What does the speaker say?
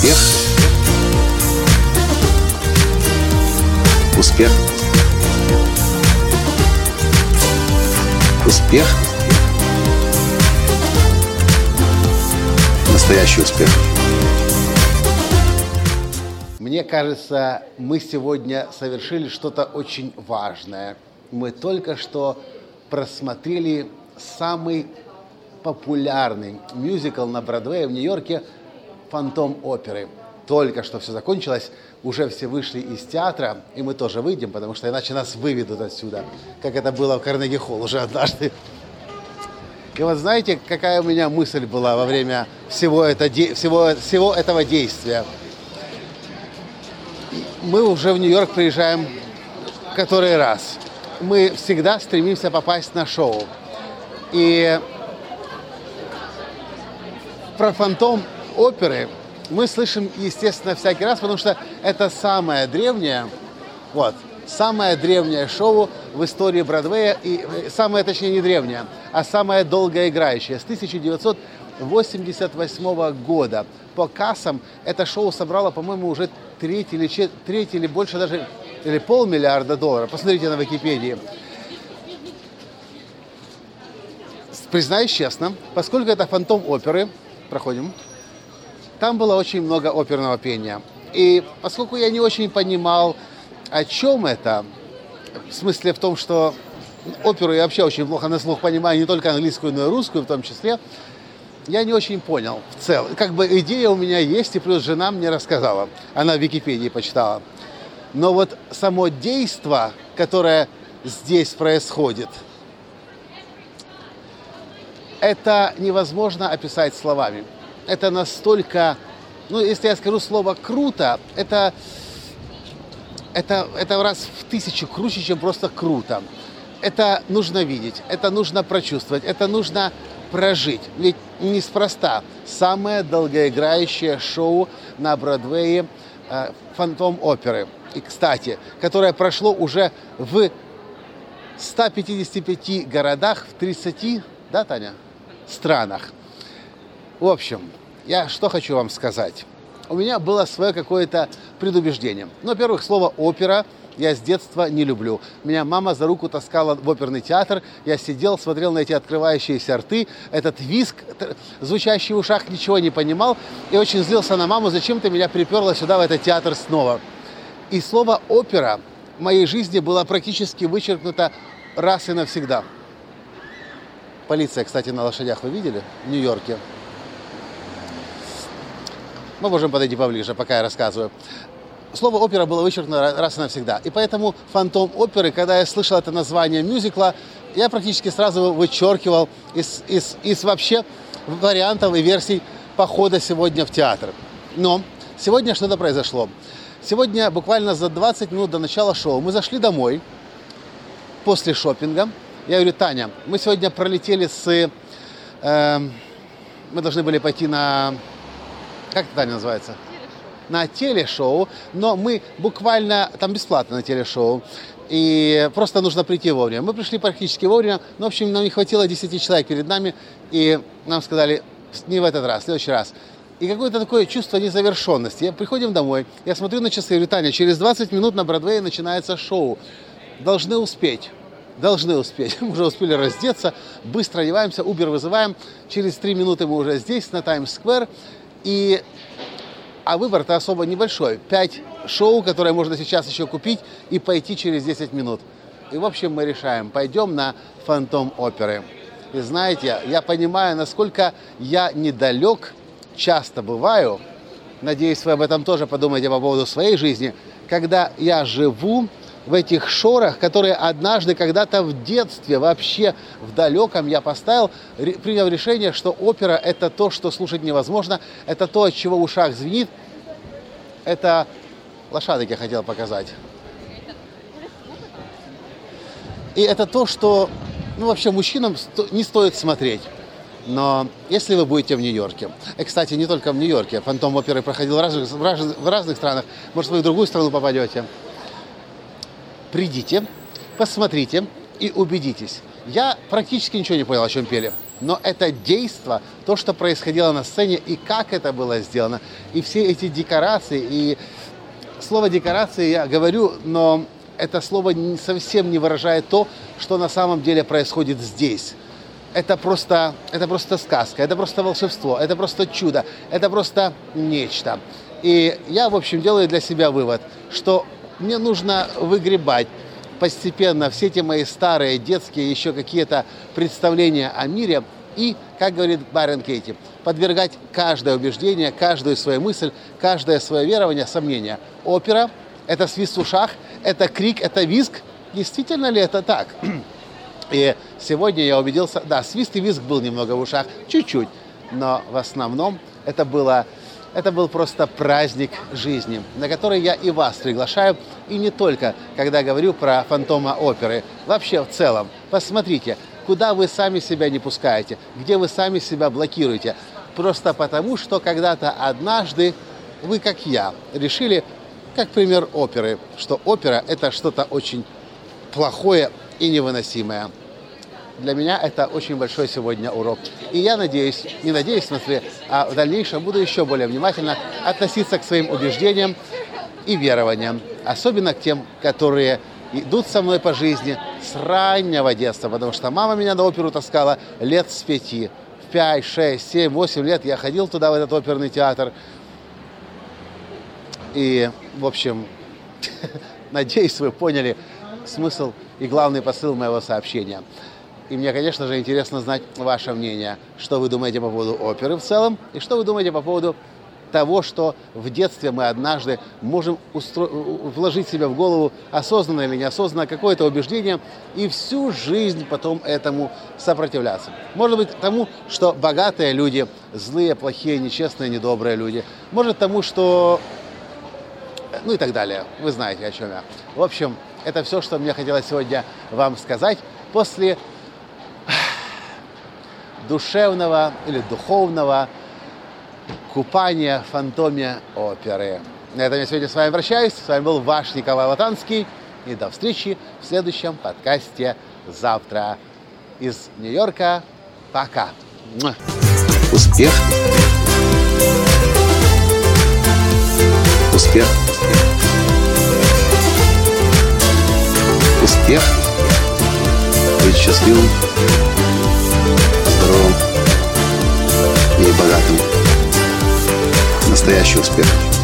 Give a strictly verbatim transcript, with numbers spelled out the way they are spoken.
Успех. Успех. Успех. Настоящий успех. Мне кажется, мы сегодня совершили что-то очень важное. Мы только что просмотрели самый популярный мюзикл на Бродвее в Нью-Йорке «Фантом оперы». Только что все закончилось, уже все вышли из театра, и мы тоже выйдем, потому что иначе нас выведут отсюда, как это было в Карнеги-холл уже однажды. И вот знаете, какая у меня мысль была во время всего, это, всего, всего этого действия? Мы уже в Нью-Йорк приезжаем который раз. Мы всегда стремимся попасть на шоу. И про «Фантом оперы» мы слышим, естественно, всякий раз, потому что это самое древнее, вот, самое древнее шоу в истории Бродвея, и самое, точнее, не древнее, а самое долгоиграющее. С тысяча девятьсот восемьдесят восьмого года по кассам это шоу собрало, по-моему, уже треть или, чет... треть или больше даже, или полмиллиарда долларов. Посмотрите на Википедии. Признаюсь честно, поскольку это «Фантом оперы», проходим, там было очень много оперного пения. И поскольку я не очень понимал, о чем это, в смысле в том, что оперу я вообще очень плохо на слух понимаю, не только английскую, но и русскую в том числе, я не очень понял в целом. Как бы идея у меня есть, и плюс жена мне рассказала. Она в Википедии почитала. Но вот само действо, которое здесь происходит, это невозможно описать словами. Это настолько, ну, если я скажу слово «круто», это, это, это раз в тысячу круче, чем просто «круто». Это нужно видеть, это нужно прочувствовать, это нужно прожить. Ведь неспроста самое долгоиграющее шоу на Бродвее э, «Фантом оперы». И, кстати, которое прошло уже в ста пятидесяти пяти городах, в тридцати, да, Таня, странах. В общем, я что хочу вам сказать. У меня было свое какое-то предубеждение. Ну, во-первых, слово «опера» я с детства не люблю. Меня мама за руку таскала в оперный театр. Я сидел, смотрел на эти открывающиеся рты. Этот визг, звучащий в ушах, ничего не понимал. И очень злился на маму, зачем ты меня приперла сюда, в этот театр снова. И слово «опера» в моей жизни было практически вычеркнуто раз и навсегда. Полиция, кстати, на лошадях вы видели в Нью-Йорке? Мы можем подойти поближе, пока я рассказываю. Слово «опера» было вычеркнуто раз и навсегда. И поэтому «Фантом оперы», когда я слышал это название мюзикла, я практически сразу его вычеркивал из, из, из вообще вариантов и версий похода сегодня в театр. Но сегодня что-то произошло. Сегодня буквально за двадцать минут до начала шоу мы зашли домой после шопинга. Я говорю: Таня, мы сегодня пролетели с... Э, мы должны были пойти на... Как это, Таня, называется? На телешоу. Но мы буквально... Там бесплатно на телешоу. И просто нужно прийти вовремя. Мы пришли практически вовремя. Но, в общем, нам не хватило десяти человек перед нами. И нам сказали: не в этот раз, в следующий раз. И какое-то такое чувство незавершенности. Приходим домой. Я смотрю на часы и говорю: Таня, через двадцать минут на Бродвее начинается шоу. Должны успеть. Должны успеть. Мы уже успели раздеться, быстро одеваемся, Uber вызываем. Через три минуты мы уже здесь, на Таймс-сквер. И... А выбор-то особо небольшой. Пять шоу, которые можно сейчас еще купить и пойти через десять минут. И, в общем, мы решаем, пойдем на «Фантом оперы». И знаете, я понимаю, насколько я недалек, часто бываю, надеюсь, вы об этом тоже подумаете по поводу своей жизни, когда я живу в этих шорах, которые однажды, когда-то в детстве, вообще в далеком я поставил, принял решение, что опера – это то, что слушать невозможно, это то, от чего в ушах звенит. Это лошадок я хотел показать. И это то, что, ну, вообще мужчинам не стоит смотреть. Но если вы будете в Нью-Йорке, и, кстати, не только в Нью-Йорке, «Фантом оперы» проходил в разных, в разных странах, может, вы в другую страну попадете, придите, посмотрите и убедитесь. Я практически ничего не понял, о чем пели. но это действо, то, что происходило на сцене и как это было сделано. И все эти декорации, и слово «декорации» я говорю, но это слово совсем не выражает то, что на самом деле происходит здесь. Это просто, это просто сказка, это просто волшебство, это просто чудо, это просто нечто. И я, в общем, делаю для себя вывод, что мне нужно выгребать постепенно все эти мои старые, детские, еще какие-то представления о мире и, как говорит Байрон Кейти, подвергать каждое убеждение, каждую свою мысль, каждое свое верование сомнения. Опера – это свист в ушах, это крик, это визг. Действительно ли это так? И сегодня я убедился, да, свист и визг был немного в ушах, чуть-чуть, но в основном это было, это был просто праздник жизни, на который я и вас приглашаю, и не только, когда говорю про фантома оперы, вообще в целом. Посмотрите, куда вы сами себя не пускаете, где вы сами себя блокируете, просто потому, что когда-то однажды вы, как я, решили, как пример оперы, что опера – это что-то очень плохое и невыносимое. Для меня это очень большой сегодня урок. И я надеюсь, не надеюсь, в смысле, а в дальнейшем буду еще более внимательно относиться к своим убеждениям и верованиям. Особенно к тем, которые идут со мной по жизни с раннего детства. Потому что мама меня на оперу таскала лет с пяти. В пять, шесть, семь, восемь лет я ходил туда, в этот оперный театр. И, в общем, надеюсь, вы поняли смысл и главный посыл моего сообщения. И мне, конечно же, интересно знать ваше мнение, что вы думаете по поводу оперы в целом, и что вы думаете по поводу того, что в детстве мы однажды можем устро... вложить себе в голову, осознанно или неосознанно, какое-то убеждение, и всю жизнь потом этому сопротивляться. Может быть, тому, что богатые люди злые, плохие, нечестные, недобрые люди. Может, тому, что... Ну и так далее. Вы знаете, о чем я. В общем, это все, что мне хотелось сегодня вам сказать после душевного или духовного купания в фантоме оперы. На этом я сегодня с вами прощаюсь. С вами был ваш Николай Латанский. И до встречи в следующем подкасте завтра из Нью-Йорка. Пока. Успех. Успех. Успех. Быть счастливым, здоровым и богатым. Настоящий успех.